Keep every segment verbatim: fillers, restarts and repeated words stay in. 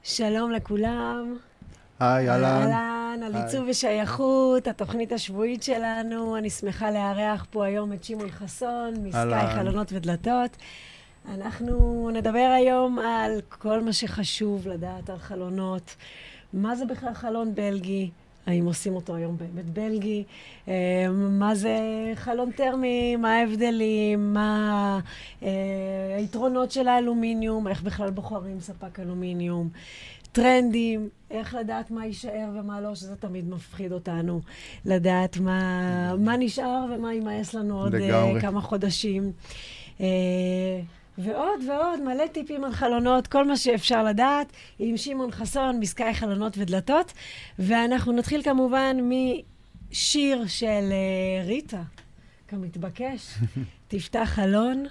שלום לכולם. היי, אהלן. אהלן, על היי. עיצוב ושייכות, התוכנית השבועית שלנו. אני שמחה לארח פה היום את שמעון חסון, מסקאי אהלן. חלונות ודלתות. אנחנו נדבר היום על כל מה שחשוב לדעת על חלונות. מה זה בכלל חלון בלגי? האם עושים אותו היום באמת בלגי? אה, מה זה חלון טרמי? מה ההבדלים? מה אה, היתרונות של האלומיניום? איך בכלל בוחרים ספק אלומיניום? טרנדים, איך לדעת מה יישאר ומה לא, שזה תמיד מפחיד אותנו. לדעת מה, מה נשאר ומה יימאס לנו עוד לגמרי. uh, כמה חודשים. Uh, ועוד ועוד, מלא טיפים על חלונות, כל מה שאפשר לדעת, עם שמעון חסון, מסקאי חלונות ודלתות. ואנחנו נתחיל כמובן משיר של uh, ריטה, כמתבקש. תפתח חלון.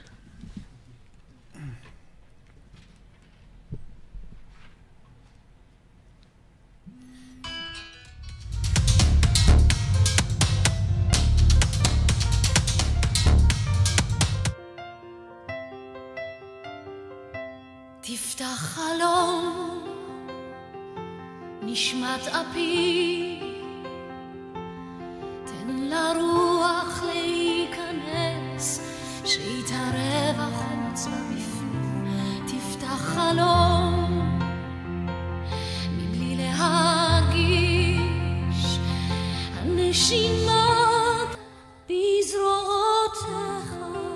תפתח חלום, נשמת אפי, תן לרוח להיכנס, שיתערב החוץ בבפנים. תפתח חלום, מבלי להרגיש, הנשימות בזרועותיך.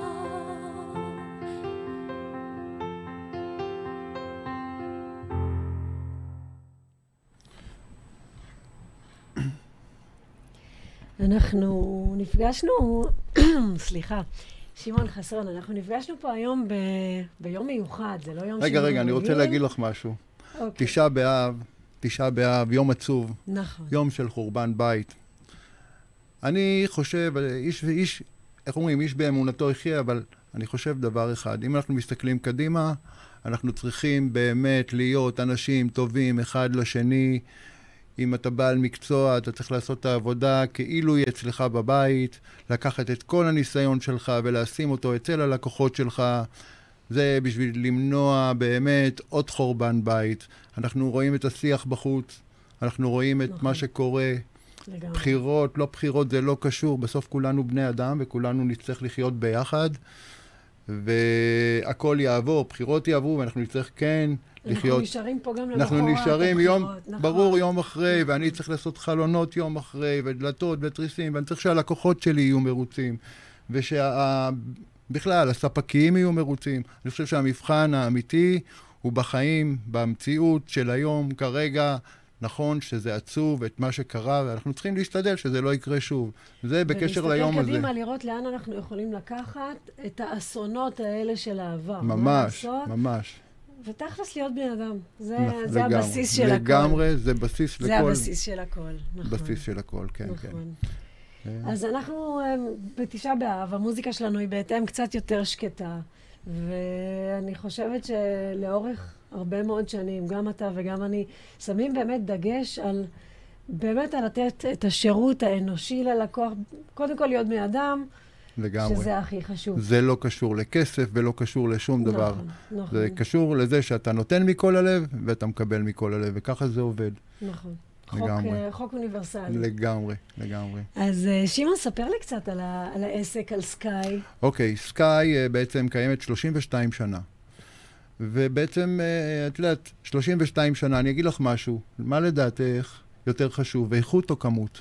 אנחנו נפגשנו, סליחה, שמעון חסון, אנחנו נפגשנו פה היום ב... ביום מיוחד, זה לא יום רגע, רגע, אני רוצה להגיד לך משהו. אוקיי. תשעה באב, תשעה באב, יום עצוב, נכון. יום של חורבן בית. אני חושב, איש ואיש, איך אומרים, איש באמונתו יחיה, אבל אני חושב דבר אחד. אם אנחנו מסתכלים קדימה, אנחנו צריכים באמת להיות אנשים טובים אחד לשני. אם אתה בעל מקצוע, אתה צריך לעשות את העבודה כאילו היא אצלך בבית, לקחת את כל הניסיון שלך ולשים אותו אצל הלקוחות שלך. זה בשביל למנוע באמת עוד חורבן בית. אנחנו רואים את השיח בחוץ, אנחנו רואים את נכון. מה שקורה. לגמרי. בחירות, לא בחירות, זה לא קשור. בסוף כולנו בני אדם וכולנו נצטרך לחיות ביחד. והכל יעבור, בחירות יעברו, ואנחנו נצטרך כן לחיות. אנחנו נשארים פה גם למחרת. אנחנו נשארים יום, נכון. ברור, יום אחרי, ואני צריך לעשות חלונות יום אחרי, ודלתות ותריסים, ואני צריך שהלקוחות שלי יהיו מרוצים, ובכלל, הספקים יהיו מרוצים. אני חושב שהמבחן האמיתי הוא בחיים, במציאות של היום, כרגע. נכון שזה עצוב את מה שקרה, ואנחנו צריכים להשתדל שזה לא יקרה שוב. זה בקשר ליום הזה. ולהסתכל קדימה, לראות לאן אנחנו יכולים לקחת את האסונות האלה של העבר. ממש, לעשות, ממש. ותכלס להיות בני אדם. זה, נכון, זה לגמרי. הבסיס של הכל. לגמרי, זה בסיס לכל. זה הבסיס של הכל, נכון. בסיס של הכל, כן, נכון. כן. אז אנחנו אמ, בתשעה באב, המוזיקה שלנו היא בהתאם קצת יותר שקטה, ואני חושבת שלאורך הרבה מאוד שנים, גם אתה וגם אני, שמים באמת דגש על, באמת על לתת את השירות האנושי ללקוח, קודם כל להיות בני אדם, לגמרי. שזה הכי חשוב. זה לא קשור לכסף ולא קשור לשום נכון, דבר. נכון. זה קשור לזה שאתה נותן מכל הלב ואתה מקבל מכל הלב, וככה זה עובד. נכון. חוק, לגמרי. אה, חוק אוניברסלי. לגמרי, לגמרי. אז אה, שמעון, ספר לי קצת על, ה, על העסק, על סקאי. אוקיי, סקאי אה, בעצם קיימת שלושים ושתיים שנה. ובעצם, אה, את יודעת, שלושים ושתיים שנה, אני אגיד לך משהו. מה לדעתך יותר חשוב, איכות או כמות?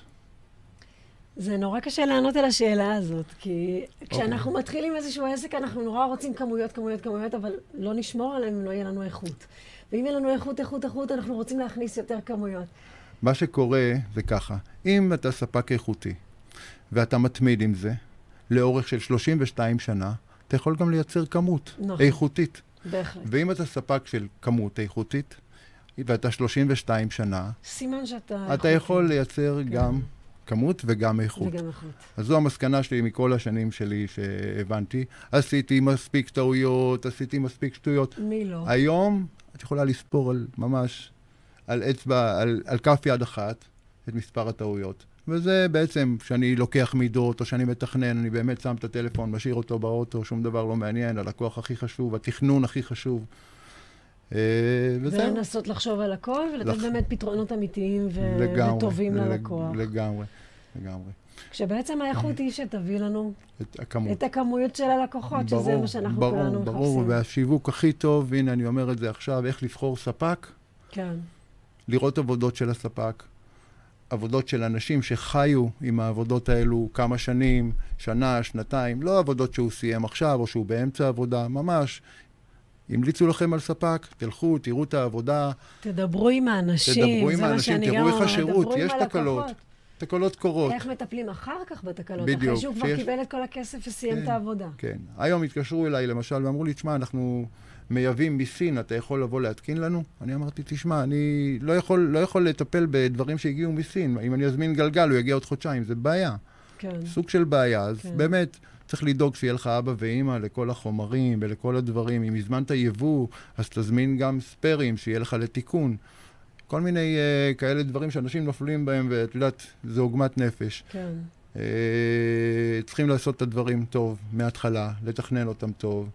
זה נורא קשה לענות על השאלה הזאת, כי כשאנחנו מתחילים איזשהו עסק, אנחנו נורא רוצים כמויות, כמויות, כמויות, אבל לא נשמור עליהם אם לא יהיה לנו איכות. ואם יהיה לנו איכות, איכות, איכות, אנחנו רוצים להכניס יותר כמויות. מה שקורה זה ככה, אם אתה ספק איכותי, ואתה מתמיד עם זה, לאורך של שלושים ושתיים שנה, אתה יכול גם לייצר כמות נכון. איכותית. בהחלט. ואם אתה ספק של כמות איכותית, ואתה שלושים ושתיים שנה, סימן שאתה... אתה איכותי. יכול לייצר כן. גם כמות וגם איכות. וגם איכות. אז זו המסקנה שלי מכל השנים שלי שהבנתי. עשיתי מספיק טעויות, עשיתי מספיק שטויות. מי לא? היום את יכולה לספור על, ממש על אצבע, על, על כף יד אחת, את מספר הטעויות. וזה בעצם, כשאני לוקח מידות, או שאני מתכנן, אני באמת שם את הטלפון, משאיר אותו באוטו, שום דבר לא מעניין, הלקוח הכי חשוב, התכנון הכי חשוב. ולנסות לחשוב על הכל, ולתת באמת פתרונות אמיתיים וטובים ללקוח. לגמרי, לגמרי. כשבעצם האיכות היא שתביא לנו את הכמות. את הכמויות של הלקוחות, ברור, שזה מה שאנחנו ברור, כולנו מחפשים. ברור, והשיווק הכי טוב, הנה אני אומר את זה עכשיו, איך לבחור ספק? כן. לראות עבודות של הספק, עבודות של אנשים שחיו עם העבודות האלו כמה שנים, שנה, שנתיים, לא עבודות שהוא סיים עכשיו או שהוא באמצע עבודה, ממש. המליצו לכם על ספק, תלכו, תראו את העבודה. תדברו עם האנשים, תדברו עם האנשים, תראו איך השירות, יש תקלות. תקלות קורות. איך מטפלים אחר כך בתקלות, בדיוק, אחרי שהוא כבר שיש... קיבל את כל הכסף וסיים כן, את העבודה. כן. היום התקשרו אליי למשל ואמרו לי, תשמע, אנחנו מייבאים מסין, אתה יכול לבוא להתקין לנו? אני אמרתי, תשמע, אני לא יכול, לא יכול לטפל בדברים שהגיעו מסין. אם אני אזמין גלגל, הוא יגיע עוד חודשיים, זה בעיה. כן. סוג של בעיה. אז כן. באמת, צריך לדאוג שיהיה לך אבא ואמא לכל החומרים ולכל הדברים. אם הזמנת יבוא, אז תזמין גם ספרים, שיהיה לך לתיקון. כל מיני uh, כאלה דברים שאנשים נופלים בהם, ואת יודעת, זה עוגמת נפש. כן. Uh, צריכים לעשות את הדברים טוב, מההתחלה, לתכנן אותם טוב.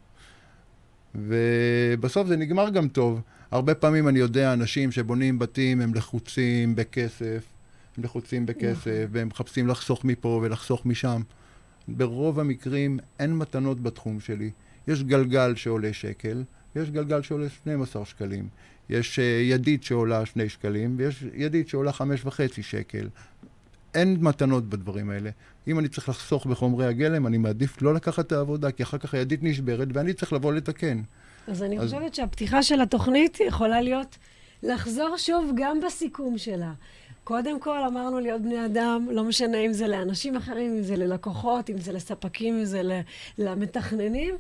ובסוף זה נגמר גם טוב. הרבה פעמים אני יודע, אנשים שבונים בתים, הם לחוצים בכסף, הם לחוצים בכסף, והם מחפשים לחסוך מפה ולחסוך משם. ברוב המקרים אין מתנות בתחום שלי. יש גלגל שעולה שקל, ויש גלגל שעולה שנים עשר שקלים. יש uh, ידית שעולה שני שקלים, ויש ידית שעולה חמש וחצי שקל. אין מתנות בדברים האלה. אם אני צריך לחסוך בחומרי הגלם, אני מעדיף לא לקחת את העבודה, כי אחר כך הידית נשברת, ואני צריך לבוא לתקן. אז אני אז... חושבת שהפתיחה של התוכנית יכולה להיות לחזור שוב גם בסיכום שלה. קודם כל אמרנו להיות בני אדם, לא משנה אם זה לאנשים אחרים, אם זה ללקוחות, אם זה לספקים, אם זה למתכננים.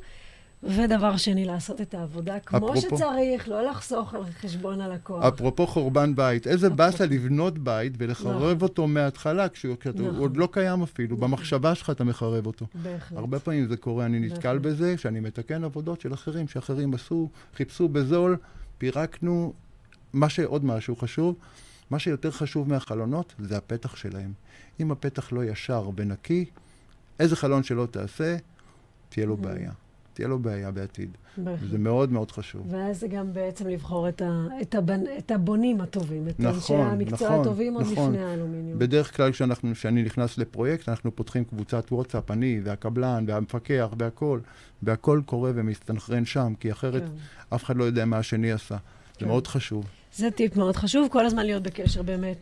ודבר שני, לעשות את העבודה כמו אפרופו, שצריך, לא לחסוך על חשבון הלקוח. אפרופו חורבן בית, איזה באסה לבנות בית ולחרב נכון. אותו מההתחלה, כשהוא נכון. עוד לא קיים אפילו, נכון. במחשבה שלך אתה מחרב אותו. בהחלט. הרבה פעמים זה קורה, אני נתקל בהחלט. בזה, שאני מתקן עבודות של אחרים, שאחרים עשו, חיפשו בזול, פירקנו, מה שעוד משהו חשוב, מה שיותר חשוב מהחלונות, זה הפתח שלהם. אם הפתח לא ישר ונקי, איזה חלון שלא תעשה, תהיה לו בעיה. תהיה לו בעיה בעתיד. זה מאוד מאוד חשוב. ואז זה גם בעצם לבחור את, ה, את, הבנ, את הבונים הטובים, את אנשי המקצוע נכון, הטובים עוד נכון. לפני האלומיניום. בדרך כלל כשאנחנו, כשאני נכנס לפרויקט, אנחנו פותחים קבוצת וואטסאפ, אני והקבלן והמפקח והכל, והכל קורה ומסתנכרן שם, כי אחרת כן. אף אחד לא יודע מה השני עשה. כן. זה מאוד חשוב. זה טיפ מאוד חשוב, כל הזמן להיות בקשר באמת.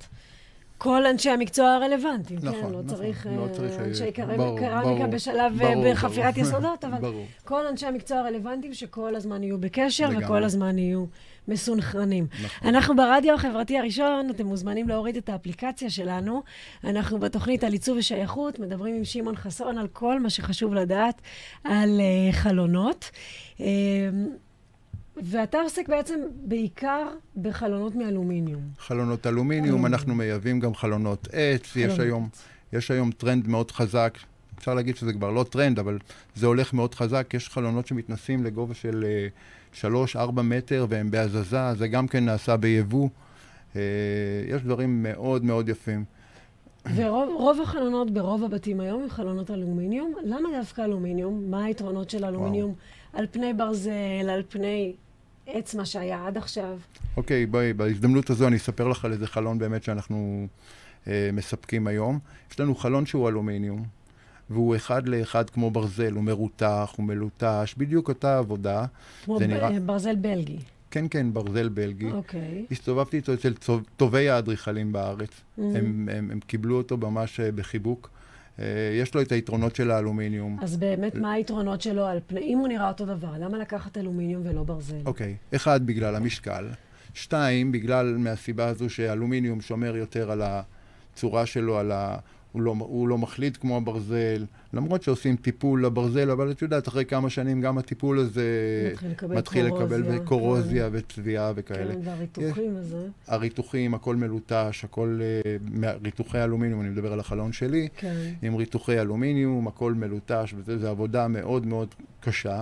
כל אנשי המקצוע הרלוונטיים, נכון, כן? לא נכון, צריך לא צריך אנשי קרמיקה בשלב בחפירת יסודות, אבל ברור. כל אנשי המקצוע הרלוונטיים שכל הזמן יהיו בקשר לגמרי. וכל הזמן יהיו מסונכרנים. נכון. אנחנו ברדיו החברתי הראשון, אתם מוזמנים להוריד את האפליקציה שלנו. אנחנו בתוכנית על עיצוב ושייכות, מדברים עם שמעון חסון על כל מה שחשוב לדעת על uh, חלונות. Uh, ואתה עוסק בעצם בעיקר בחלונות מאלומיניום. חלונות אלומיניום, אנחנו מייבאים גם חלונות עץ. יש היום, יש היום טרנד מאוד חזק. אפשר להגיד שזה כבר לא טרנד, אבל זה הולך מאוד חזק. יש חלונות שמתנסים לגובה של שלוש ארבע מטר והם בהזזה. זה גם כן נעשה ביבוא. יש דברים מאוד מאוד יפים. ורוב החלונות ברוב הבתים היום הם חלונות אלומיניום. למה דווקא אלומיניום? מה היתרונות של אלומיניום על פני ברזל, על פני עץ, מה שהיה עד עכשיו? אוקיי, בואי, בהזדמנות הזו אני אספר לך על איזה חלון באמת שאנחנו אה, מספקים היום. יש לנו חלון שהוא אלומיניום, והוא אחד לאחד כמו ברזל, הוא מרותח, הוא מלוטש, בדיוק אותה עבודה. כמו ב- נראה... ברזל בלגי. כן, כן, ברזל בלגי. אוקיי. הסתובבתי איתו אצל טובי האדריכלים בארץ. Mm-hmm. הם, הם, הם קיבלו אותו ממש בחיבוק. יש לו את היתרונות של האלומיניום. אז באמת מה היתרונות שלו על פני, אם הוא נראה אותו דבר, למה לקחת אלומיניום ולא ברזל? אוקיי, אחד, בגלל המשקל. שתיים, בגלל מהסיבה הזו שאלומיניום שומר יותר על הצורה שלו, על ה... הוא לא, הוא לא מחליט כמו הברזל, למרות שעושים טיפול לברזל, אבל את יודעת, אחרי כמה שנים גם הטיפול הזה מתחיל לקבל, מתחיל לקבל קורוזיה וצביעה וכאלה. כן, והריתוחים הזה. הריתוחים, הכל מלוטש, הכל ריתוחי אלומיניום, אני מדבר על החלון שלי, כן. עם ריתוחי אלומיניום, הכל מלוטש, וזה, זה עבודה מאוד מאוד קשה,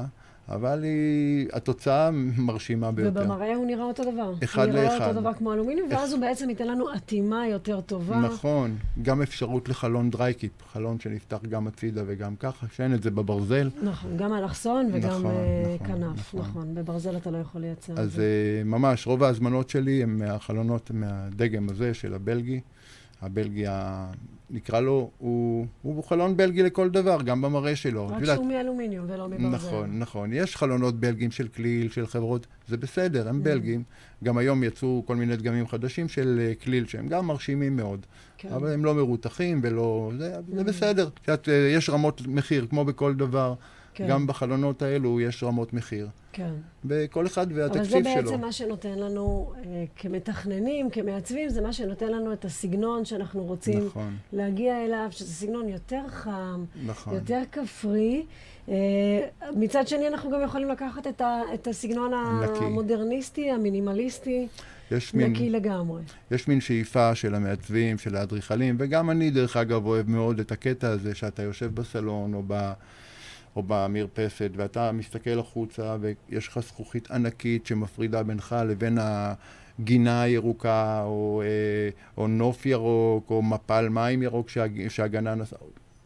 אבל היא, התוצאה מרשימה ביותר. ובמראה הוא נראה אותו דבר. אחד לאחד. הוא נראה אותו דבר כמו אלומיניום, ואז הוא בעצם ייתן לנו עטימה יותר טובה. נכון. גם אפשרות לחלון דרייקית, חלון שנפתח גם הצידה וגם ככה, שאין את זה בברזל. נכון, גם אלכסון וגם כנף. נכון, בברזל אתה לא יכול לייצר את זה. אז ממש, רוב ההזמנות שלי הם מהחלונות, מהדגם הזה של הבלגי. הבלגי, נקרא לו, הוא, הוא חלון בלגי לכל דבר, גם במראה שלו. רק שהוא מאלומיניום ולא מברזל. נכון, נכון. יש חלונות בלגים של כליל, של חברות, זה בסדר, הם בלגים. גם היום יצאו כל מיני דגמים חדשים של כליל, שהם גם מרשימים מאוד. כן. אבל הם לא מרותחים ולא... זה, זה בסדר. שאת, יש רמות מחיר, כמו בכל דבר. כן. גם בחלונות האלו יש רמות מחיר. כן. בכל אחד והתקציב שלו. אבל זה בעצם מה שנותן לנו, אה, כמתכננים, כמעצבים, זה מה שנותן לנו את הסגנון שאנחנו רוצים נכון. להגיע אליו, שזה סגנון יותר חם, נכון. יותר כפרי. אה, מצד שני, אנחנו גם יכולים לקחת את, ה, את הסגנון נקי. המודרניסטי, המינימליסטי, יש נקי מין, לגמרי. יש מין שאיפה של המעצבים, של האדריכלים, וגם אני, דרך אגב, אוהב מאוד את הקטע הזה, שאתה יושב בסלון או ב... או במרפסת, ואתה מסתכל החוצה, ויש לך זכוכית ענקית שמפרידה בינך לבין הגינה הירוקה, או, או נוף ירוק, או מפל מים ירוק שהגנה נסע.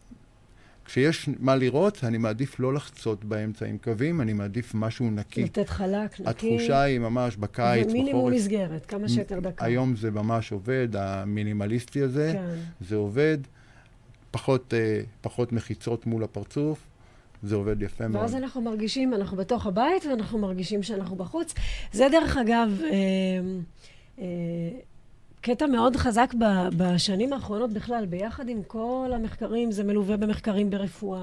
כשיש מה לראות, אני מעדיף לא לחצות באמצע עם קווים, אני מעדיף משהו נקי. לתת חלק, נקי. התחושה היא ממש בקיץ, בחורף. ומינימום מסגרת, כמה שיותר דקה. היום זה ממש עובד, המינימליסטי הזה, כן. זה עובד, פחות, פחות מחיצות מול הפרצוף. זה עובד יפה מאוד. ואז אנחנו מרגישים, אנחנו בתוך הבית, ואנחנו מרגישים שאנחנו בחוץ. זה דרך אגב, אה, אה, קטע מאוד חזק בשנים האחרונות בכלל, ביחד עם כל המחקרים, זה מלווה במחקרים ברפואה,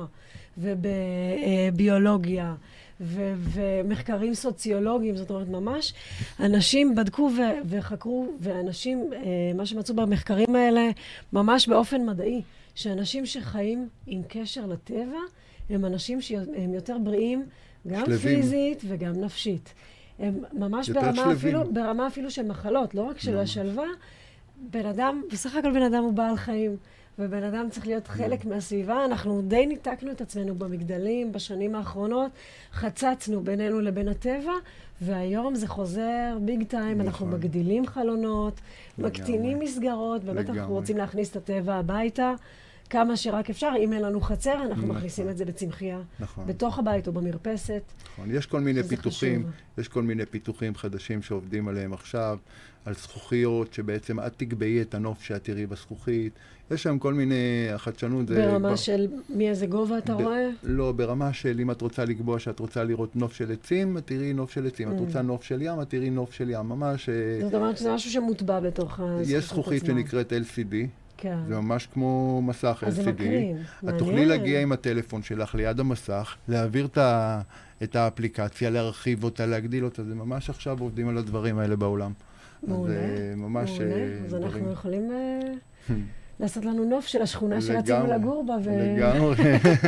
ובביולוגיה, ו- ומחקרים סוציולוגיים, זאת אומרת ממש, אנשים בדקו ו- וחקרו, ואנשים, אה, מה שמצאו במחקרים האלה, ממש באופן מדעי, שאנשים שחיים עם קשר לטבע, הם אנשים שהם יותר בריאים, גם שלבים. פיזית וגם נפשית. הם ממש ברמה אפילו, ברמה אפילו של מחלות, לא רק של השלווה. בן אדם, בסך הכל בן אדם הוא בעל חיים, ובן אדם צריך להיות חלק מהסביבה. אנחנו די ניתקנו את עצמנו במגדלים בשנים האחרונות, חצצנו בינינו לבין הטבע, והיום זה חוזר ביג טיים, אנחנו מגדילים חלונות, מקטינים מסגרות, באמת אנחנו רוצים להכניס את הטבע הביתה. כמה שרק אפשר, אם אין לנו חצר, אנחנו נכון. מכניסים את זה בצמחייה, נכון. בתוך הבית או במרפסת. נכון. יש כל מיני פיתוחים, חשוב. יש כל מיני פיתוחים חדשים שעובדים עליהם עכשיו, על זכוכיות, שבעצם את תקבעי את הנוף שאת תראי בזכוכית. יש שם כל מיני החדשנות. ברמה זה... של מאיזה גובה אתה ב... רואה? לא, ברמה של אם את רוצה לקבוע שאת רוצה לראות נוף של עצים, את תראי נוף של עצים. Mm. את רוצה נוף של ים, את תראי נוף של ים. ממש... זאת אומרת שזה משהו שמוטבע בתוך הזכוכית. יש זכוכית שנקראת אל סי די. כן. זה ממש כמו מסך אל סי די. אז זה מקרין. את תוכלי להגיע עם הטלפון שלך ליד המסך, להעביר את, ה... את האפליקציה, להרחיב אותה, להגדיל אותה. זה ממש עכשיו עובדים על הדברים האלה בעולם. מעולה. אז ממש מעולה. אז דברים. אנחנו יכולים uh, לעשות לנו נוף של השכונה שרצינו לגור בה. ו... לגמרי.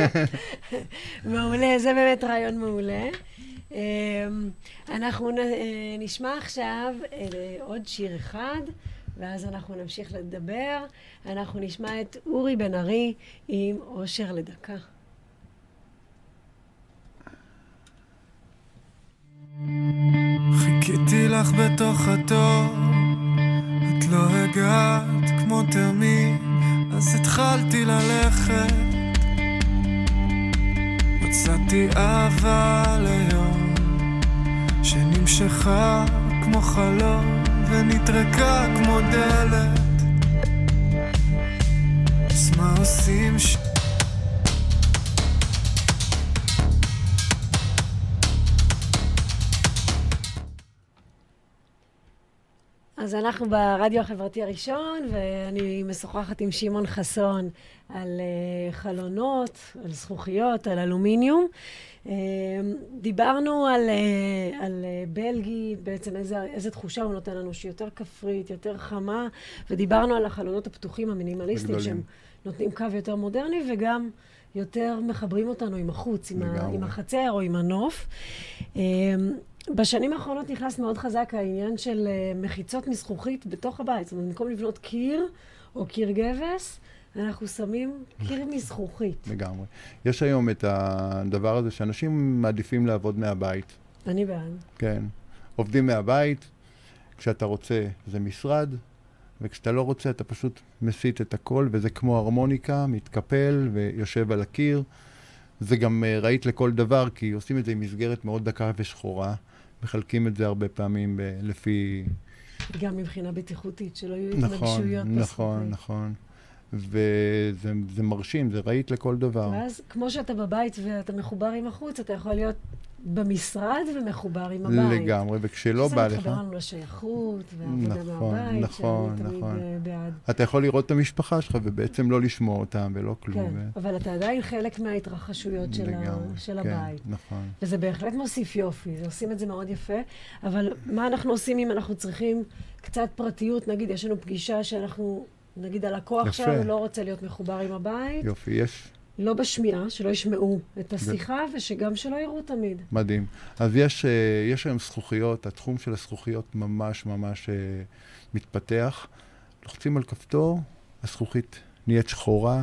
מעולה, זה באמת רעיון מעולה. Um, אנחנו uh, נשמע עכשיו uh, עוד שיר אחד. ואז אנחנו נמשיך לדבר. אנחנו נשמע את אורי בן ארי עם אושר לדקה. חיכיתי לך בתוך התור, את לא הגעת כמו תמיד, אז התחלתי ללכת. מצאתי אהבה ליום שנמשכה כמו חלום ונתרקה כמו דלת. אז מה עושים ש... אז אנחנו ברדיו החברתי הראשון, ואני משוחחת עם שמעון חסון על uh, חלונות, על זכוכיות, על אלומיניום. Uh, דיברנו על, uh, על uh, בלגי, בעצם איזה, איזה תחושה הוא נותן לנו, שהיא יותר כפרית, יותר חמה, ודיברנו על החלונות הפתוחים המינימליסטיים, שהם נותנים קו יותר מודרני, וגם יותר מחברים אותנו עם החוץ, עם, ה, עם החצר או עם הנוף. Uh, בשנים האחרונות נכנס מאוד חזק העניין של uh, מחיצות מזכוכית בתוך הבית. זאת אומרת, במקום לבנות קיר או קיר גבס, אנחנו שמים קיר מזכוכית. לגמרי. יש היום את הדבר הזה שאנשים מעדיפים לעבוד מהבית. אני בעד. כן. עובדים מהבית, כשאתה רוצה זה משרד, וכשאתה לא רוצה אתה פשוט מסיט את הכל, וזה כמו הרמוניקה, מתקפל ויושב על הקיר. זה גם uh, ראית לכל דבר, כי עושים את זה עם מסגרת מאוד דקה ושחורה. מחלקים את זה הרבה פעמים ב- לפי... גם מבחינה בטיחותית, שלא יהיו נכון, התנגשויות בזכוכית. נכון, נכון. וזה זה מרשים, זה ראית לכל דבר. ואז, כמו שאתה בבית ואתה מחובר עם החוץ, אתה יכול להיות במשרד ומחובר עם הבית. לגמרי, וכשלא בא לך... זה מתחבר לנו לשייכות, והעבודה נכון, מהבית, נכון, שאני תמיד נכון. uh, בעד. אתה יכול לראות את המשפחה שלך ובעצם לא לשמוע אותם ולא כלום. כן, ו... אבל אתה עדיין חלק מההתרחשויות של, ה... של כן, הבית. נכון. וזה בהחלט מוסיף יופי, עושים את זה מאוד יפה, אבל מה אנחנו עושים אם אנחנו צריכים קצת פרטיות? נגיד, יש לנו פגישה שאנחנו, נגיד, הלקוח יפה. שלנו לא רוצה להיות מחובר עם הבית, יופי, יש... לא בשמיעה, שלא ישמעו את השיחה, ושגם שלא יראו תמיד. מדהים. אז יש, אה, יש היום זכוכיות, התחום של הזכוכיות ממש ממש אה, מתפתח. לוחצים על כפתור, הזכוכית נהיית שחורה,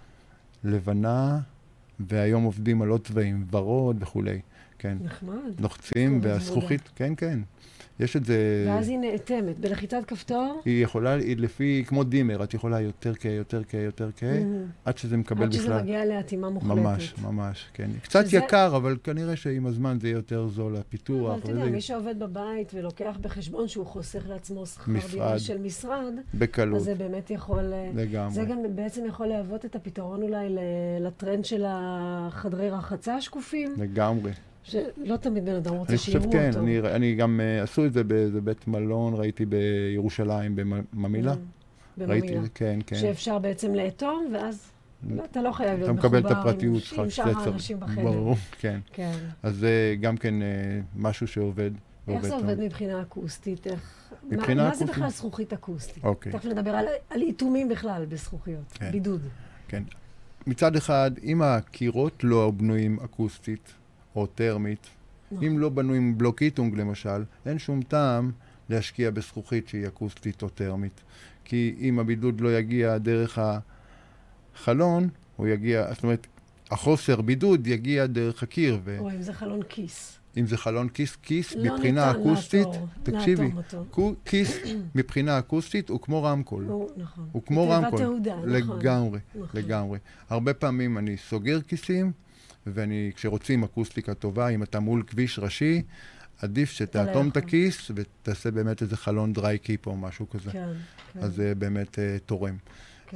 לבנה, והיום עובדים על עוד צבעים, ורוד וכולי. כן. נחמד. לוחצים, טוב, והזכוכית, כן, כן. יש את זה... ואז היא נאטמת. בלחיצת כפתור? היא יכולה, היא לפי, כמו דימר, את יכולה יותר כהה, יותר כהה, יותר כהה, עד שזה מקבל בכלל... עד שזה מגיע לאטימה מוחלטת. ממש, ממש, כן. קצת שזה... יקר, אבל כנראה שעם הזמן זה יהיה יותר זול, הפיתוח. אבל אתה יודע, מי שעובד בבית ולוקח בחשבון שהוא חוסך לעצמו שכר דירה של משרד, בקלות. אז זה באמת יכול... לגמרי. זה גם בעצם יכול להוות את הפתרון אולי לטרנד של החדרי רחצה השקופים. לגמרי. שלא תמיד בן אדם רוצה אני שיראו חושב, אותו. כן, אני, אני גם uh, עשו את זה באיזה בית מלון, ראיתי בירושלים, בממילה. בממילה. כן, כן. שאפשר בעצם לאטום, ואז אתה לא חייב להיות מחובר מחובר עם, עם, עם שאר האנשים בחדר. ברור, כן. כן. אז זה גם כן uh, משהו שעובד. איך זה עובד מבחינה אקוסטית? איך... מבחינה מה, אקוסטית? מה זה בכלל זכוכית אקוסטית? אוקיי. תכף נדבר על, על איתומים בכלל בזכוכיות, כן. בידוד. כן. מצד אחד, אם הקירות לא בנויים אקוסטית או טרמית, נכון. אם לא בנויים בלוק איטונג למשל, אין שום טעם להשקיע בזכוכית שהיא אקוסטית או טרמית. כי אם הבידוד לא יגיע דרך החלון, הוא יגיע, זאת אומרת, החוסר בידוד יגיע דרך הקיר. ו... או אם זה חלון כיס. אם זה חלון כיס, כיס לא מבחינה אקוסטית, לעתור, תקשיבי, לעתור כיס מבחינה אקוסטית הוא כמו רמקול. הוא, נכון. הוא כמו רמקול. תהודה, לגמרי, נכון. לגמרי. הרבה פעמים אני סוגר כיסים, ואני, כשרוצים אקוסטיקה טובה, אם אתה מול כביש ראשי, עדיף שתאטום את הכיס ותעשה באמת איזה חלון דריי קיפ או משהו כזה. כן, כן. אז זה באמת uh, תורם. כן. Uh,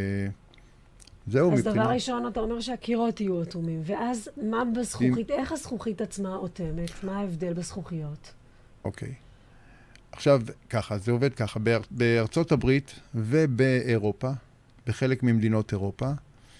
זהו, אז מבחינה... דבר ראשון, אתה אומר שהקירות יהיו אטומים, ואז מה בזכוכית, אם... איך הזכוכית עצמה אוטמת? מה ההבדל בזכוכיות? אוקיי. עכשיו, ככה, זה עובד ככה. באר... בארצות הברית ובאירופה, בחלק ממדינות אירופה,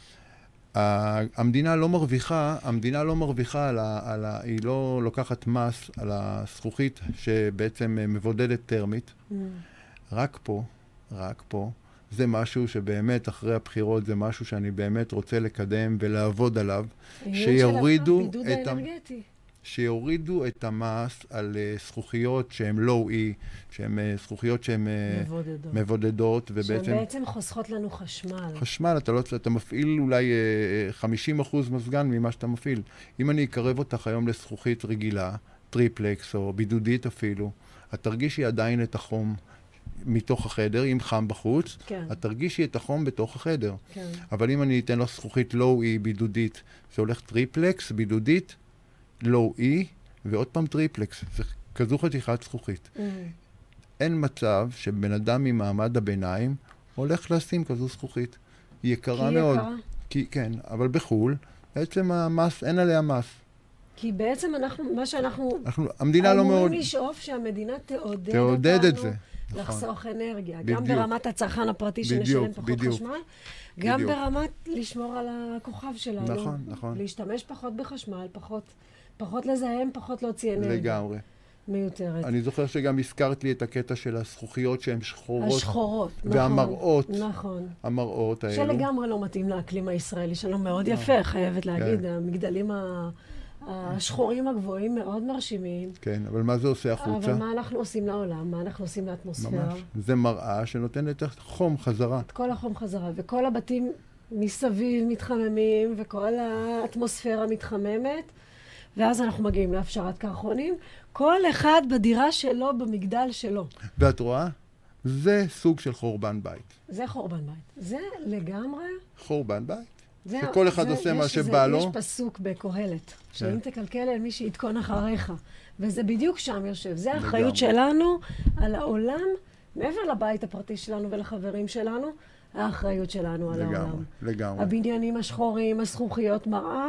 המדינה לא מרוויחה, המדינה לא מרוויחה, על ה, על ה, היא לא לוקחת מס על הזכוכית שבעצם מבודדת טרמית. Mm. רק פה, רק פה, זה משהו שבאמת אחרי הבחירות, זה משהו שאני באמת רוצה לקדם ולעבוד עליו. שיורידו את ה... שיורידו את המס על uh, זכוכיות שהן לואו-אי, שהן uh, זכוכיות שהן uh, מבודדות. מבודדות ובעצם... שהן בעצם חוסכות לנו חשמל. חשמל, אתה, לא, אתה מפעיל אולי uh, חמישים אחוז מזגן ממה שאתה מפעיל. אם אני אקרב אותך היום לזכוכית רגילה, טריפלקס או בידודית אפילו, את תרגישי עדיין את החום מתוך החדר, אם חם בחוץ, כן. את תרגישי את החום בתוך החדר. כן. אבל אם אני אתן לך זכוכית לואו-אי בידודית, זה הולך טריפלקס, בידודית, לואו-אי, ועוד פעם טריפלקס. זה כזו חתיכת זכוכית. Mm. אין מצב שבן אדם ממעמד הביניים הולך לשים כזו זכוכית. היא יקרה כי מאוד. יקרה? כי כן, אבל בחול, בעצם המס, אין עליה מס. כי בעצם אנחנו, מה שאנחנו... אנחנו, המדינה לא מאוד... אמורים לשאוף שהמדינה תעודד, תעודד אותנו את זה. לחסוך נכון. אנרגיה. בדיוק. גם ברמת הצרכן הפרטי בדיוק, שנשלם פחות בדיוק. חשמל, גם בדיוק. ברמת לשמור על הכוכב שלנו. נכון, נכון. להשתמש פחות בחשמל, פחות, פחות לזהם, פחות להוציא אנרגיה. לגמרי. מיותרת. אני זוכר שגם הזכרת לי את הקטע של הזכוכיות שהן שחורות. השחורות, נכון. והמראות. נכון. המראות האלו. שלגמרי לא מתאים לאקלים הישראלי שלנו מאוד יפה, חייבת להגיד. המגדלים השחורים הגבוהים מאוד מרשימים. כן, אבל מה זה עושה החוצה? אבל מה אנחנו עושים לעולם? מה אנחנו עושים לאטמוספירה? ממש. זה מראה שנותנת את חום חזרה. את כל החום חזרה, וכל הבתים מסביב מתחממים, וכל האטמוספירה מתחממת, ואז אנחנו מגיעים להפשרת קרחונים, כל אחד בדירה שלו, במגדל שלו. ואת רואה? זה סוג של חורבן בית. זה חורבן בית. זה לגמרי... חורבן בית. זה, שכל אחד זה, עושה מה יש, שבא זה, לו. יש פסוק בקהלת, שאם תקלקל אל מי שיתקון אחריך. וזה בדיוק שם יושב. זה האחריות שלנו על העולם, מעבר לבית הפרטי שלנו ולחברים שלנו, האחריות שלנו על העולם. לגמרי, לגמרי. הבניינים השחורים, הזכוכיות מראה,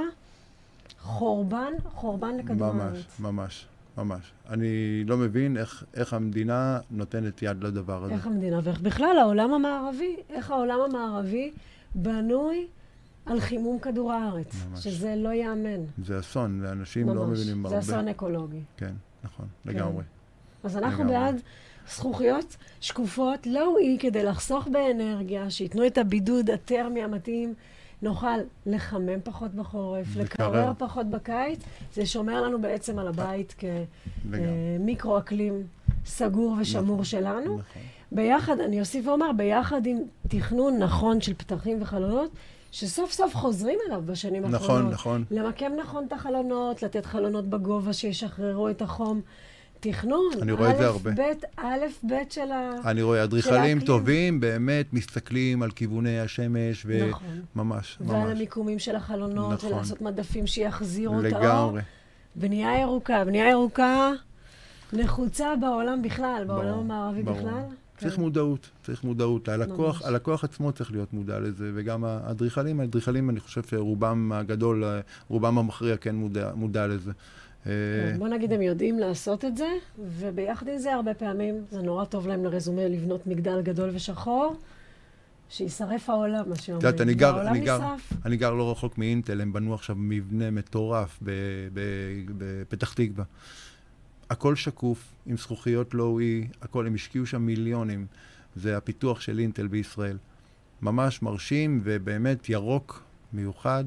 חורבן, חורבן לכדור הארץ. ממש, ממש, ממש. אני לא מבין איך, איך המדינה נותנת יד לדבר הזה. איך המדינה, ואיך בכלל העולם המערבי, איך העולם המערבי בנוי על חימום כדור הארץ, ממש. שזה לא יאמן. זה אסון, אנשים ממש. לא מבינים הרבה. זה אסון אקולוגי. כן, נכון, כן. לגמרי. אז אנחנו לגמרי. בעד זכוכיות שקופות, לא אי כדי לחסוך באנרגיה, שיתנו את הבידוד הטרמי המתאים, נוכל לחמם פחות בחורף, לקרר פחות בקיץ, זה שומר לנו בעצם על הבית כמיקרו-אקלים סגור ושמור נכון, שלנו. נכון. ביחד, אני אוסיף ואומר, ביחד עם תכנון נכון של פתחים וחלונות, שסוף סוף חוזרים אליו בשנים נכון, האחרונות. נכון. למקם נכון את החלונות, לתת חלונות בגובה שישחררו את החום. תכנון, אני רואה את זה הרבה. א', ב', א', ב' של ה... אני רואה אדריכלים האקלים. טובים, באמת מסתכלים על כיווני השמש, נכון. וממש, ועל ממש. המיקומים של החלונות, נכון. ולעשות מדפים שיחזירו את האור. לגמרי. בנייה ירוקה, בנייה ירוקה נחוצה בעולם בכלל, בעולם ברור, המערבי ברור. בכלל. צריך כן. מודעות, צריך מודעות. הלקוח, ממש. הלקוח עצמו צריך להיות מודע לזה, וגם האדריכלים, האדריכלים, אני חושב שרובם הגדול, רובם המכריע כן מודע, מודע לזה. כן, בוא נגיד, הם יודעים לעשות את זה, וביחד עם זה הרבה פעמים זה נורא טוב להם לרזומה לבנות מגדל גדול ושחור, שישרף העולם, מה שאומרים. יודעת, אני גר, והעולם אני גר, נשרף. אני גר לא רחוק מאינטל, הם בנו עכשיו מבנה מטורף ב- ב- בפתח תקווה. הכל שקוף, עם זכוכיות לואי, הכל, הם השקיעו שם מיליונים. זה הפיתוח של אינטל בישראל. ממש מרשים ובאמת ירוק מיוחד.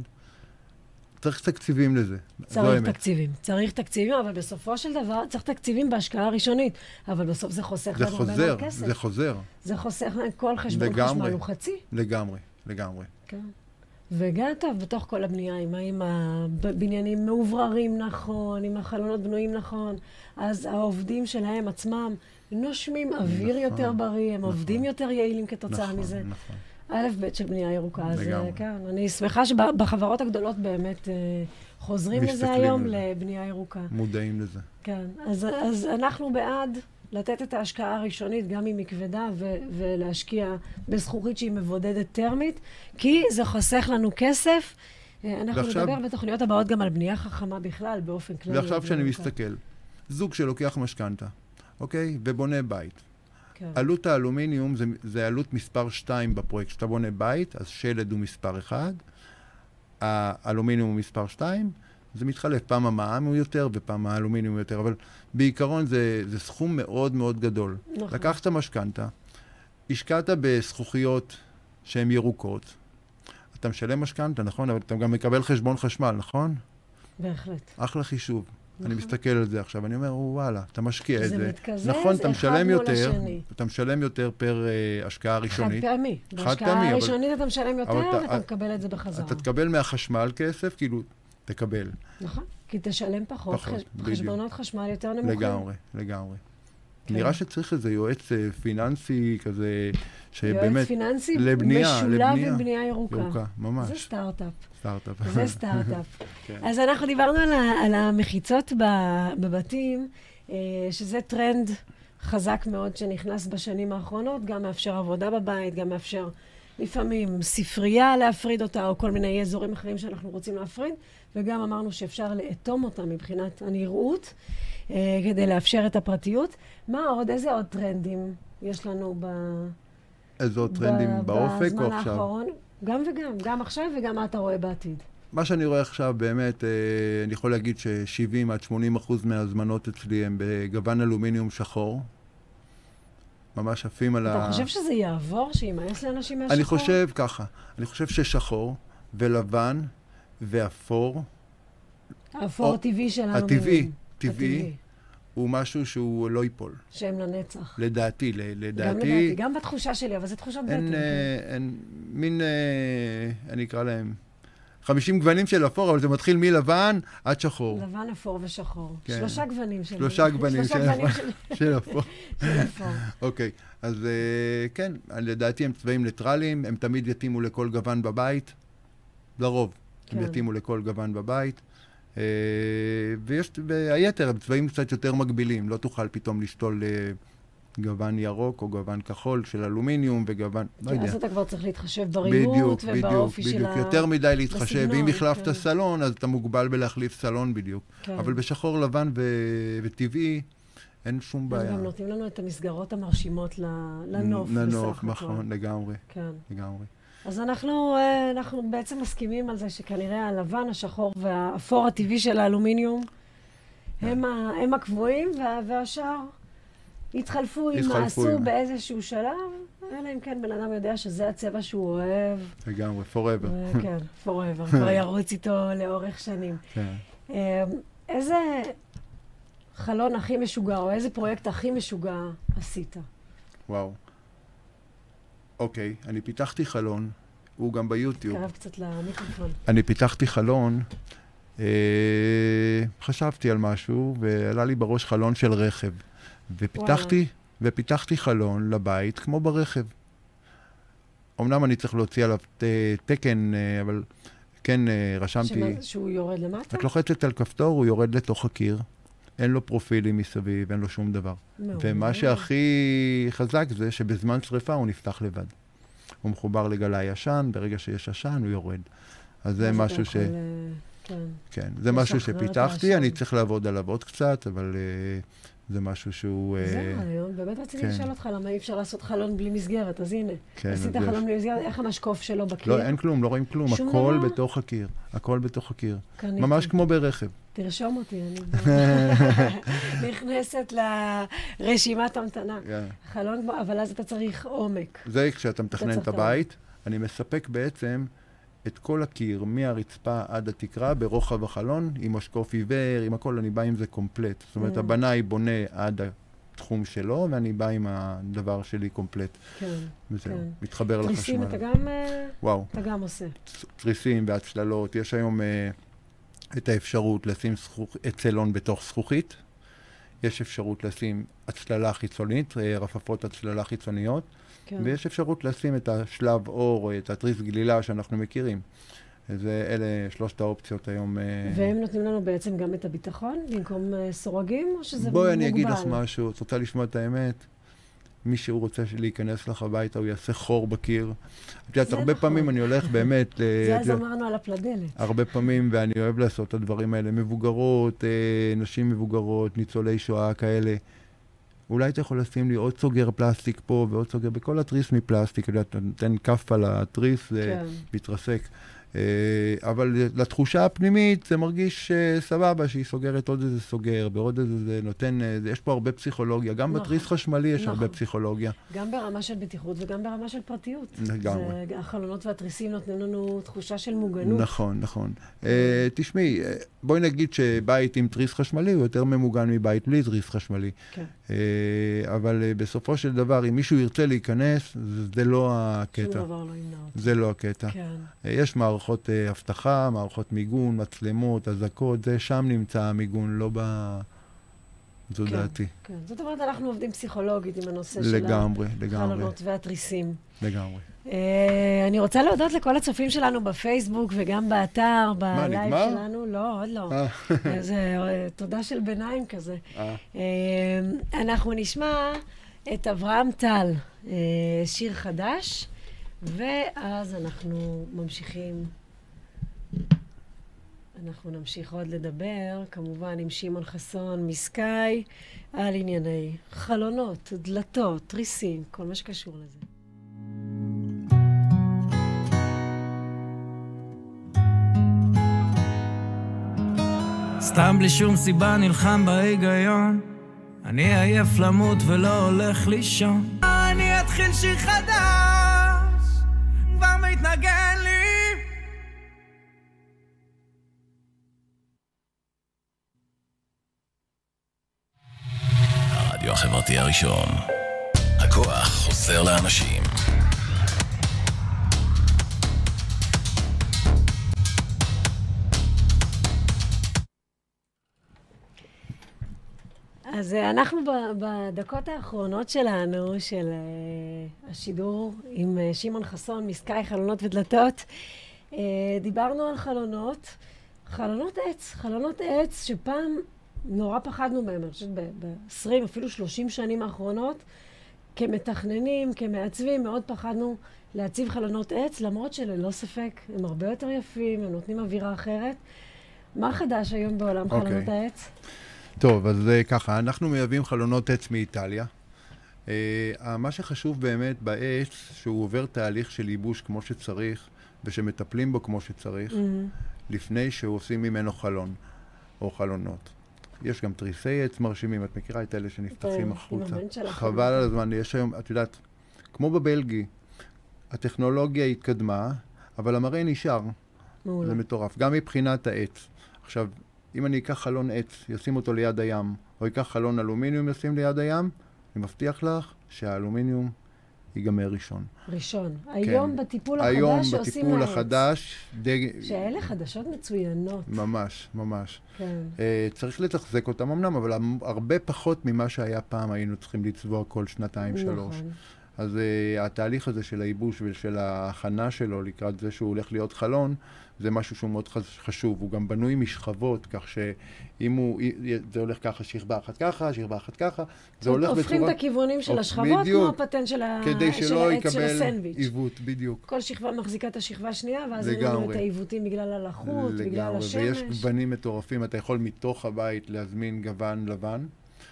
צריך תקציבים לזה. צריך תקציבים. צריך תקציבים, אבל בסופו של דבר צריך תקציבים בהשקעה הראשונית. אבל בסוף זה חוסך זה להם הרבה חוזר, מהכסף. זה חוזר. זה חוסך להם כל חשבון לגמרי. חשמל הוא חצי. לגמרי, לגמרי. כן. וגם טוב, בתוך כל הבנייה, עם, עם הבניינים מאובררים נכון, עם החלונות בנויים נכון, אז העובדים שלהם עצמם נושמים אוויר נכון, יותר בריא, הם נכון. עובדים יותר יעילים כתוצאה נכון, מזה. נכון. א' ב' של בנייה ירוקה. אז לגמרי. כן, אני שמחה שבחברות הגדולות באמת אה, חוזרים לזה מסתכלים היום על זה. לבנייה ירוקה. מודעים לזה. כן, אז, אז אנחנו בעד לתת את ההשקעה הראשונית, גם אם היא כבדה, ו- ולהשקיע בזכוכית שהיא מבודדת טרמית, כי זה חוסך לנו כסף. אה, אנחנו ועכשיו- נדבר בתוכניות הבאות גם על בנייה חכמה בכלל, באופן כללי. ועכשיו כשאני ירוקה. מסתכל, זוג שלוקח משכנתה, אוקיי? ובונה בית. כן. עלות האלומיניום זה, זה עלות מספר שתיים בפרויקט. כשאתה בונה בית, אז שלד הוא מספר אחד, האלומיניום הוא מספר שתיים, זה מתחלף. פעם המע"מ הוא יותר ופעם האלומיניום הוא יותר, אבל בעיקרון זה, זה סכום מאוד מאוד גדול. נכון. לקחת משכנתה, השקעת בזכוכיות שהן ירוקות, אתה משלם משכנתה, נכון? אבל אתה גם מקבל חשבון חשמל, נכון? בהחלט. אחלה חישוב. נכון. אני מסתכל על זה עכשיו, אני אומר, וואלה, אתה משקיע את זה זה. מתקזז נכון, אתה אחד משלם מול יותר, השני. אתה משלם יותר פר uh, השקעה חד ראשונית. פעמי. חד בהשקעה פעמי, אבל- הראשונית אתה משלם יותר, אבל אתה- ואתה מקבל את זה בחזרה. אתה תקבל מהחשמל כסף, כאילו, תקבל. נכון, כי תשלם פחות, פחות, חש... בדיוק. חשבונות חשמל יותר נמוכים. לגמרי, לגמרי. כן. נראה שצריך איזה יועץ אה, פיננסי כזה, יועץ שבאמת, פיננסי לבנייה, משולב לבנייה. עם בנייה ירוקה. ירוקה, ממש. זה סטארט-אפ. סטארט-אפ. זה סטארט-אפ. כן. אז אנחנו דיברנו על, ה... על המחיצות ב- בבתים, אה, שזה טרנד חזק מאוד שנכנס בשנים האחרונות, גם מאפשר עבודה בבית, גם מאפשר לפעמים ספרייה להפריד אותה, או כל מיני אזורים אחרים שאנחנו רוצים להפריד, וגם אמרנו שאפשר לאטום אותה מבחינת הנראות, אה, כדי לאפשר את הפרטיות. מה עוד, איזה עוד טרנדים יש לנו ב... איזה עוד טרנדים ב- באופק בזמן או עכשיו? האחרון? גם וגם, גם עכשיו וגם מה אתה רואה בעתיד. מה שאני רואה עכשיו באמת, אה, אני יכול להגיד ש-שבעים עד שמונים אחוז מההזמנות אצלי הם בגוון אלומיניום שחור. ממש עפים על ה... אתה חושב שזה יעבור, שימאס לאנשים מהשחור? אני חושב ככה, אני חושב ששחור ולבן ואפור, האפור הטבעי שלנו. הטבעי, טבעי, הוא משהו שהוא לא ייפול. שם לנצח. לדעתי, לדעתי. גם לדעתי, גם בתחושה שלי, אבל זה תחושת בטן. אין, אין, מין, אני אקרא להם, חמישים גוונים של אפור, אבל זה מתחיל מלבן עד שחור. לבן, אפור ושחור. כן. שלושה גוונים של... שלושה גוונים של אפור. של אפור. של אפור. אוקיי, אז כן, לדעתי הם צבעים ניטרליים, הם תמיד יתאימו לכל גוון בבית, לרוב. הם יתאימו לכל גוון בבית. ויש, והיתר, הם צבעים קצת יותר מגבילים. לא תוכל פתאום לשתול גוון ירוק או גוון כחול של אלומיניום וגוון, לא יודע. אז אתה כבר צריך להתחשב בריאות ובאופי של בדיוק, בדיוק. יותר מדי להתחשב. ואם החלפת סלון, אז אתה מוגבל בלהחליף סלון בדיוק. אבל בשחור לבן וטבעי, אין שום בעיה. הם גם נותנים לנו את המסגרות המרשימות לנוף. לנוף, נכון, לגמרי. כן. לגמרי. אז אנחנו, אנחנו בעצם מסכימים על זה שכנראה הלבן, השחור והאפור הטבעי של האלומיניום הם, ה, הם הקבועים, וה, והשאר יתחלפו עם מעשו באיזשהו שלב, אלא אם כן בן אדם יודע שזה הצבע שהוא אוהב. לגמרי, forever. כן, forever. כבר ירוץ איתו לאורך שנים. איזה חלון הכי משוגע, או איזה פרויקט הכי משוגע עשית? וואו. אוקיי, אני פיתחתי חלון, הוא גם ביוטיוב. קרב קצת למיקרופון. אני פיתחתי חלון, אה, חשבתי על משהו, ועלה לי בראש חלון של רכב. ופיתחתי, ופיתחתי חלון לבית כמו ברכב. אמנם אני צריך להוציא עליו תקן, אבל כן רשמתי... שמה, שהוא יורד למטה? את לוחצת על כפתור, הוא יורד לתוך הקיר. אין לו פרופילים מסביב, אין לו שום דבר. ומה שהכי חזק זה שבזמן שריפה הוא נפתח לבד. הוא מחובר לגלה ישן, ברגע שיש ישן הוא יורד. אז זה משהו ש... כן, זה משהו שפיתחתי, אני צריך לעבוד עליו עוד קצת, אבל זה משהו שהוא... זה רעיון, באמת רציתי לשאול אותך למה אי אפשר לעשות חלון בלי מסגרת, אז הנה, עשית חלון בלי מסגרת, איך המשקוף שלו בקיר? לא, אין כלום, לא רואים כלום, הכל בתוך הקיר, הכל בתוך הקיר. ממש כמו ברכב. תרשום אותי, אני נכנסת לרשימת המתנה. חלון, אבל אז אתה צריך עומק. זה כשאתה מתכנן את הבית, אני מספק בעצם את כל הקיר, מהרצפה עד התקרה, ברוחב החלון, עם משקוף עיוור, עם הכל, אני בא עם זה קומפלט. זאת אומרת, הבנאי בונה עד התחום שלו, ואני בא עם הדבר שלי קומפלט. כן, וזהו, מתחבר לחשמל. תריסים אתה גם... וואו. אתה גם עושה. תריסים והצללות, יש היום את האפשרות לשים צלון בתוך זכוכית, יש אפשרות לשים הצללה חיצונית, רפפות הצללה חיצוניות, כן. ויש אפשרות לשים את השלב אור, או את התריס גלילה שאנחנו מכירים. זה, אלה שלושת האופציות היום. והם נותנים לנו בעצם גם את הביטחון, במקום סורגים, או שזה מוגבל? בואי אני אגיד לך משהו, את רוצה לשמוע את האמת? מי שהוא רוצה להיכנס לך הביתה, הוא יעשה חור בקיר. את יודעת, הרבה פעמים אני הולך באמת... זה אז אמרנו על הפלדלת. הרבה פעמים, ואני אוהב לעשות את הדברים האלה, מבוגרות, נשים מבוגרות, ניצולי שואה כאלה. אולי אתה יכול לשים לי עוד סוגר פלסטיק פה ועוד סוגר, בכל התריס מפלסטיק, אתה נותן כף על התריס, זה מתרסק. אבל לתחושה הפנימית זה מרגיש סבבה שהיא סוגרת עוד איזה סוגר, בעוד איזה זה נותן, יש פה הרבה פסיכולוגיה, גם בתריס חשמלי יש הרבה פסיכולוגיה. גם ברמה של בטיחות וגם ברמה של פרטיות. לגמרי. החלונות והתריסים נותנים לנו תחושה של מוגנות. נכון, נכון. תשמעי, בואי נגיד שבית עם תריס חשמלי הוא יותר ממוגן מבית בלי תריס חשמלי. כן. אבל בסופו של דבר, אם מישהו ירצה להיכנס, זה לא הקטע. שום דבר לא ימנע אותו. זה לא הקטע. כן. יש מערכות אבטחה, מערכות מיגון, מצלמות, אזעקות, זה שם נמצא המיגון, לא ב... זו דעתי. כן, זאת אומרת, אנחנו עובדים פסיכולוגית עם הנושא של לגמרי, לגמרי. החלונות והתריסים. לגמרי. אני רוצה להודות לכל הצופים שלנו בפייסבוק וגם באתר, בלייב שלנו. לא, עוד לא. זה תודה של ביניים כזה. אנחנו נשמע את אברהם טל, שיר חדש, ואז אנחנו ממשיכים. אנחנו נמשיך עוד לדבר, כמובן עם שמעון חסון מסקאי, על ענייני חלונות, דלתות, תריסים, כל מה שקשור לזה. סתם בלי שום סיבה נלחם בהיגיון, אני עייף למות ולא הולך לישון. אני אתחיל שיר חדש, כבר מתנגן לי החברתי הראשון. הכוח חוזר לאנשים. אז אנחנו בדקות האחרונות שלנו, של השידור עם שמעון חסון, מסקאי חלונות ודלתות, דיברנו על חלונות, חלונות עץ, חלונות עץ שפעם נורא פחדנו מהם, אני חושבת ב-עשרים, אפילו שלושים שנים האחרונות, כמתכננים, כמעצבים, מאוד פחדנו להציב חלונות עץ, למרות שללא ספק הם הרבה יותר יפים, הם נותנים אווירה אחרת. מה חדש היום בעולם okay. חלונות העץ? טוב, אז ככה, אנחנו מייבאים חלונות עץ מאיטליה. Uh, מה שחשוב באמת בעץ, שהוא עובר תהליך של ייבוש כמו שצריך, ושמטפלים בו כמו שצריך, mm-hmm. לפני שעושים ממנו חלון או חלונות. יש גם תריסי עץ מרשימים, את מכירה את אלה שנפתחים החוצה. חבל על הזמן, יש היום, את יודעת, כמו בבלגי, הטכנולוגיה התקדמה, אבל המראה נשאר. מעולה. זה מטורף, גם מבחינת העץ. עכשיו, אם אני אקח חלון עץ, ישים אותו ליד הים, או אקח חלון אלומיניום, ישים ליד הים, אני מבטיח לך שהאלומיניום ייגמר ראשון. ראשון. היום כן. בטיפול החדש היום שעושים לעץ. היום בטיפול החדש. דג... שאלה חדשות מצוינות. ממש, ממש. כן. Uh, צריך לתחזק אותם אמנם, אבל הרבה פחות ממה שהיה פעם היינו צריכים לצבוע כל שנתיים, נכון. שלוש. אז uh, התהליך הזה של הייבוש ושל ההכנה שלו לקראת זה שהוא הולך להיות חלון, זה משהו שהוא מאוד חשוב. הוא גם בנוי משכבות, כך שאם הוא, זה הולך ככה, שכבה אחת ככה, שכבה אחת ככה, זה הולך בצורה... הופכים את הכיוונים של השכבות, בדיוק, כמו הפטנט של העץ של הסנדוויץ'. כדי שלא יקבל עיוות, בדיוק. כל שכבה מחזיקה את השכבה השנייה, ואז אין לנו את העיוותים בגלל הלחות, לגמרי. בגלל השמש. ויש גוונים מטורפים, אתה יכול מתוך הבית להזמין גוון לבן,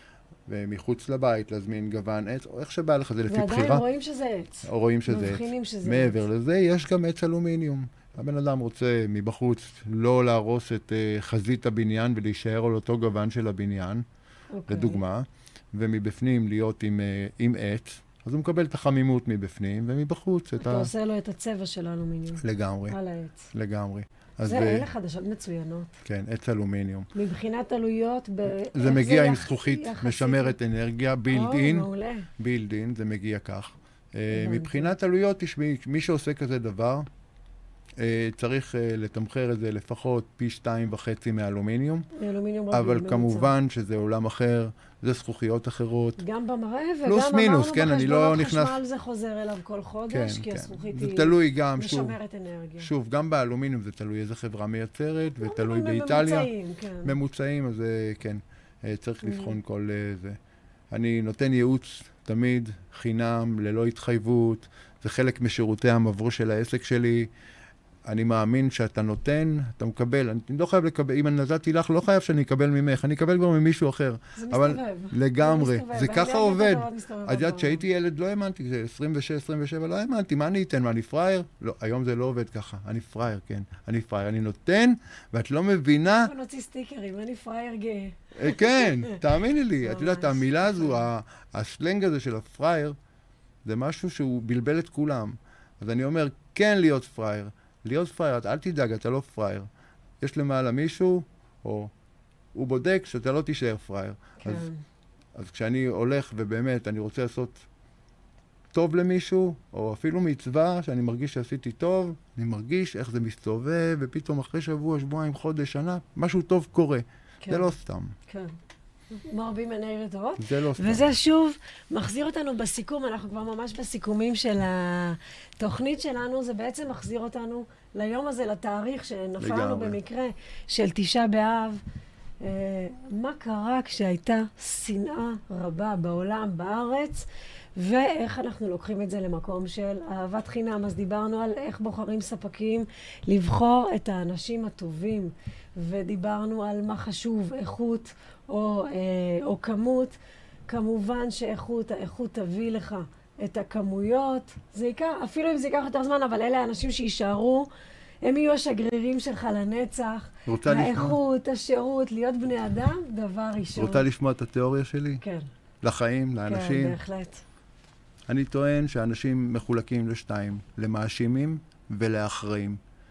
ומחוץ לבית להזמין גוון עץ, או איך שבא לך, זה לפי בחירה. ועדיין רואים שזה עץ. או רואים שזה עץ. מבחינים שזה מעבר עץ. לזה, יש גם עץ אלומיניום. הבן אדם רוצה מבחוץ לא להרוס את uh, חזית הבניין ולהישאר על אותו גוון של הבניין, okay. לדוגמה, ומבפנים להיות עם, uh, עם עץ, אז הוא מקבל את החמימות מבפנים, ומבחוץ את ה... אתה עושה לו את הצבע של האלומיניום. לגמרי. על העץ. לגמרי. זה אלה חדשות מצוינות. כן, עץ אלומיניום. מבחינת עלויות, זה מגיע עם זכוכית משמרת אנרגיה, בילד אין. מעולה. בילד אין, זה מגיע כך. מבחינת עלויות, מי שעושה כזה דבר, צריך לתמחר את זה לפחות פי שתיים וחצי מאלומיניום. מאלומיניום רגיל. אבל כמובן שזה עולם אחר, זה זכוכיות אחרות. גם במראה פלוס מינוס, כן, אני לא נכנס... בחשבונות חשמל זה חוזר אליו כל חודש, כי הזכוכית היא... זה תלוי גם, שוב. משמרת אנרגיה. שוב, גם באלומיניום זה תלוי איזה חברה מייצרת, ותלוי באיטליה. ממוצעים, כן. ממוצעים, אז כן, צריך לבחון כל זה. אני נותן ייעוץ תמיד, חינם, ללא התחייבות. זה חלק משירותי המבוא של העסק שלי. אני מאמין שאתה נותן, אתה מקבל. אני לא חייב לקבל, אם אני נתתי לך, לא חייב שאני אקבל ממך, אני אקבל כבר ממישהו אחר. זה מסתובב. אבל לגמרי, זה, זה ככה עובד. אז יודעת, כשהייתי ילד לא האמנתי, זה עשרים ושש עשרים ושבע, לא האמנתי, מה אני אתן? מה, אני פרייר? לא, היום זה לא עובד ככה. אני פרייר, כן. אני פרייר, אני נותן, ואת לא מבינה... אנחנו נוציא סטיקרים, אני פרייר גאה. כן, תאמיני לי. את יודעת, המילה הזו, הסלנג הזה של הפרייר, זה משהו שהוא בלבל את כולם. אז אני אומר, כן להיות פרייר. להיות פרייר, אל תדאג, אתה לא פרייר. יש למעלה מישהו, או הוא בודק שאתה לא תישאר פרייר. כן. אז, אז כשאני הולך ובאמת אני רוצה לעשות טוב למישהו, או אפילו מצווה שאני מרגיש שעשיתי טוב, אני מרגיש איך זה מסתובב, ופתאום אחרי שבוע, שבועיים, חודש, שנה, משהו טוב קורה. כן. זה לא סתם. כן. מרבים עיני רטובות. זה לא סתם. וזה שוב מחזיר אותנו בסיכום, אנחנו כבר ממש בסיכומים של התוכנית שלנו, זה בעצם מחזיר אותנו ליום הזה, לתאריך שנפלנו במקרה של תשעה באב. אה, מה קרה כשהייתה שנאה רבה בעולם, בארץ, ואיך אנחנו לוקחים את זה למקום של אהבת חינם. אז דיברנו על איך בוחרים ספקים, לבחור את האנשים הטובים, ודיברנו על מה חשוב, איכות או, אה, או כמות. כמובן שאיכות, האיכות תביא לך את הכמויות. זה ייקח, אפילו אם זה ייקח יותר זמן, אבל אלה האנשים שישארו, הם יהיו השגרירים שלך לנצח. האיכות, לשמוע? השירות, להיות בני אדם, דבר ראשון. רוצה לשמוע את התיאוריה שלי? כן. לחיים, לאנשים? כן, בהחלט. אני טוען שאנשים מחולקים לשתיים, למאשימים ולאחראים.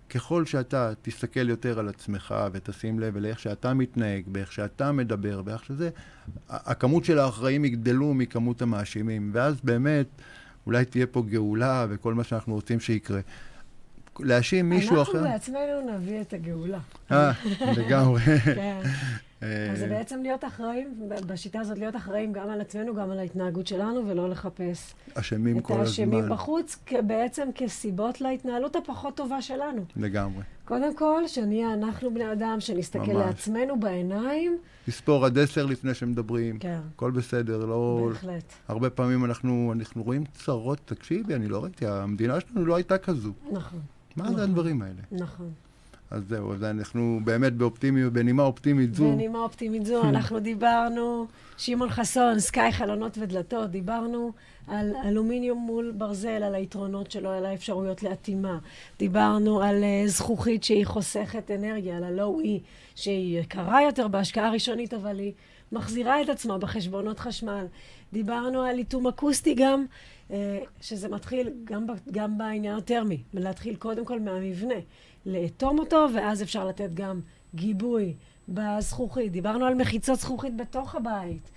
ככל שאתה תסתכל יותר על עצמך ותשים לב לאיך שאתה מתנהג, באיך שאתה מדבר, באיך שזה, הכמות של האחראים יגדלו מכמות המאשימים, ואז באמת אולי תהיה פה גאולה וכל מה שאנחנו רוצים שיקרה. להאשים מישהו אחר... אנחנו בעצמנו נביא את הגאולה. אה, לגמרי. כן. אז זה בעצם להיות אחראים, בשיטה הזאת להיות אחראים גם על עצמנו, גם על ההתנהגות שלנו, ולא לחפש אשמים כל הזמן. את האשמים בחוץ, בעצם כסיבות להתנהלות הפחות טובה שלנו. לגמרי. קודם כל, שנהיה אנחנו בני אדם, שנסתכל לעצמנו בעיניים. לספור עד עשר לפני שמדברים. כן. הכל בסדר, לא... בהחלט. הרבה פעמים אנחנו, אנחנו רואים צרות, תקשיבי, אני לא ראיתי, המדינה שלנו לא הייתה כזו. נכון. מה נכון. זה הדברים האלה? נכון. אז זהו, אז אנחנו באמת באופטימיות, בנימה אופטימית זו. בנימה אופטימית זו, אנחנו דיברנו, שמעון חסון, סקאי חלונות ודלתות, דיברנו על אלומיניום מול ברזל, על היתרונות שלו, על האפשרויות להתאימה. דיברנו על uh, זכוכית שהיא חוסכת אנרגיה, על ה-Low-E, שהיא יקרה יותר בהשקעה ראשונית, אבל היא מחזירה את עצמה בחשבונות חשמל. דיברנו על איתום אקוסטי גם, uh, שזה מתחיל גם, גם בעניין הטרמי, להתחיל קודם כל מהמבנה. לאטום אותו, ואז אפשר לתת גם גיבוי בזכוכית. דיברנו על מחיצות זכוכית בתוך הבית.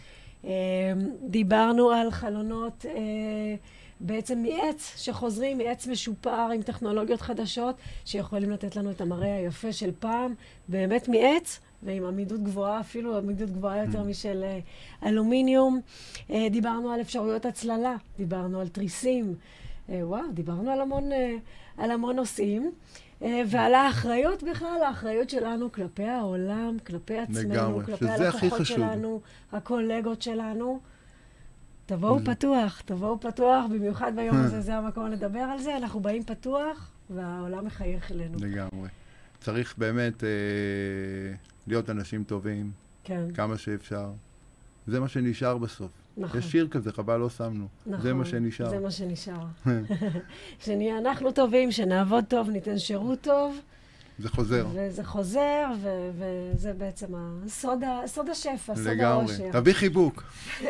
דיברנו על חלונות בעצם מעץ שחוזרים, מעץ משופר עם טכנולוגיות חדשות, שיכולים לתת לנו את המראה היפה של פעם, באמת מעץ, ועם עמידות גבוהה, אפילו עמידות גבוהה יותר משל אלומיניום. דיברנו על אפשרויות הצללה, דיברנו על תריסים. וואו, דיברנו על המון, על המון נושאים. ועל האחריות בכלל, האחריות שלנו כלפי העולם, כלפי עצמנו, לגמרי, כלפי הלקוחות שלנו, הקולגות שלנו. תבואו פתוח, תבואו פתוח, במיוחד ביום הזה, זה המקום לדבר על זה, אנחנו באים פתוח, והעולם מחייך אלינו. לגמרי. צריך באמת אה, להיות אנשים טובים, כן. כמה שאפשר. זה מה שנשאר בסוף. נכון. יש שיר כזה, חבל לא שמנו. נכון, זה מה שנשאר. זה מה שנשאר. שנהיה אנחנו טובים, שנעבוד טוב, ניתן שירות טוב. זה חוזר. וזה חוזר, ו- וזה בעצם הסוד, סוד השפע, סוד לגמרי. העושר. תביא חיבוק.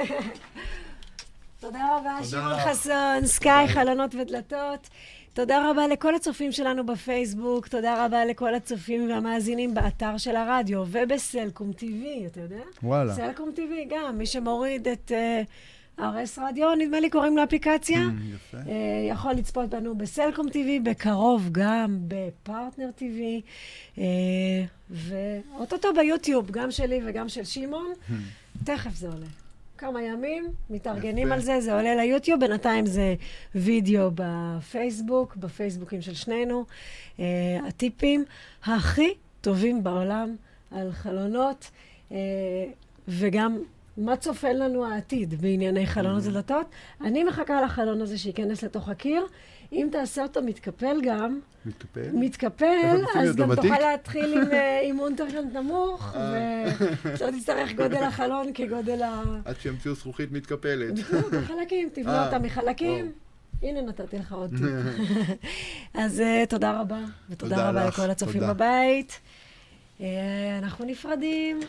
תודה רבה, שמעון חסון, סקאי, חלונות ודלתות. תודה רבה לכל הצופים שלנו בפייסבוק, תודה רבה לכל הצופים והמאזינים באתר של הרדיו ובסלקום טיווי, אתה יודע? וואלה. סלקום טיווי גם, מי שמוריד את uh, אר אס רדיו, נדמה לי קוראים לאפליקציה. יפה. Uh, יכול לצפות בנו בסלקום טיווי, בקרוב גם בפרטנר טיווי, uh, ואוטוטו ביוטיוב, גם שלי וגם של שמעון. תכף זה עולה. כמה ימים, מתארגנים יפה. על זה, זה עולה ליוטיוב, בינתיים זה וידאו בפייסבוק, בפייסבוקים של שנינו. Uh, הטיפים הכי טובים בעולם על חלונות, uh, וגם מה צופן לנו העתיד בענייני חלונות ודלתות. אני מחכה לחלון הזה שייכנס לתוך הקיר. אם תעשה אותו מתקפל גם, מתקפל? מתקפל, אז גם תוכל להתחיל עם אימון טרקנט נמוך, ולא תצטרך גודל החלון כגודל ה... עד שימצאו זכוכית מתקפלת. בחלקים, תבנה אותה מחלקים. הנה נתתי לך עוד טיפ. אז תודה רבה, ותודה רבה לכל הצופים בבית. אנחנו נפרדים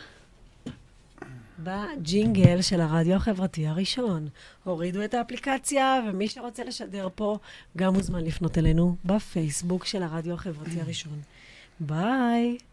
בג'ינגל של הרדיו החברתי הראשון. הורידו את האפליקציה, ומי שרוצה לשדר פה גם מוזמן לפנות אלינו בפייסבוק של הרדיו החברתי הראשון. ביי!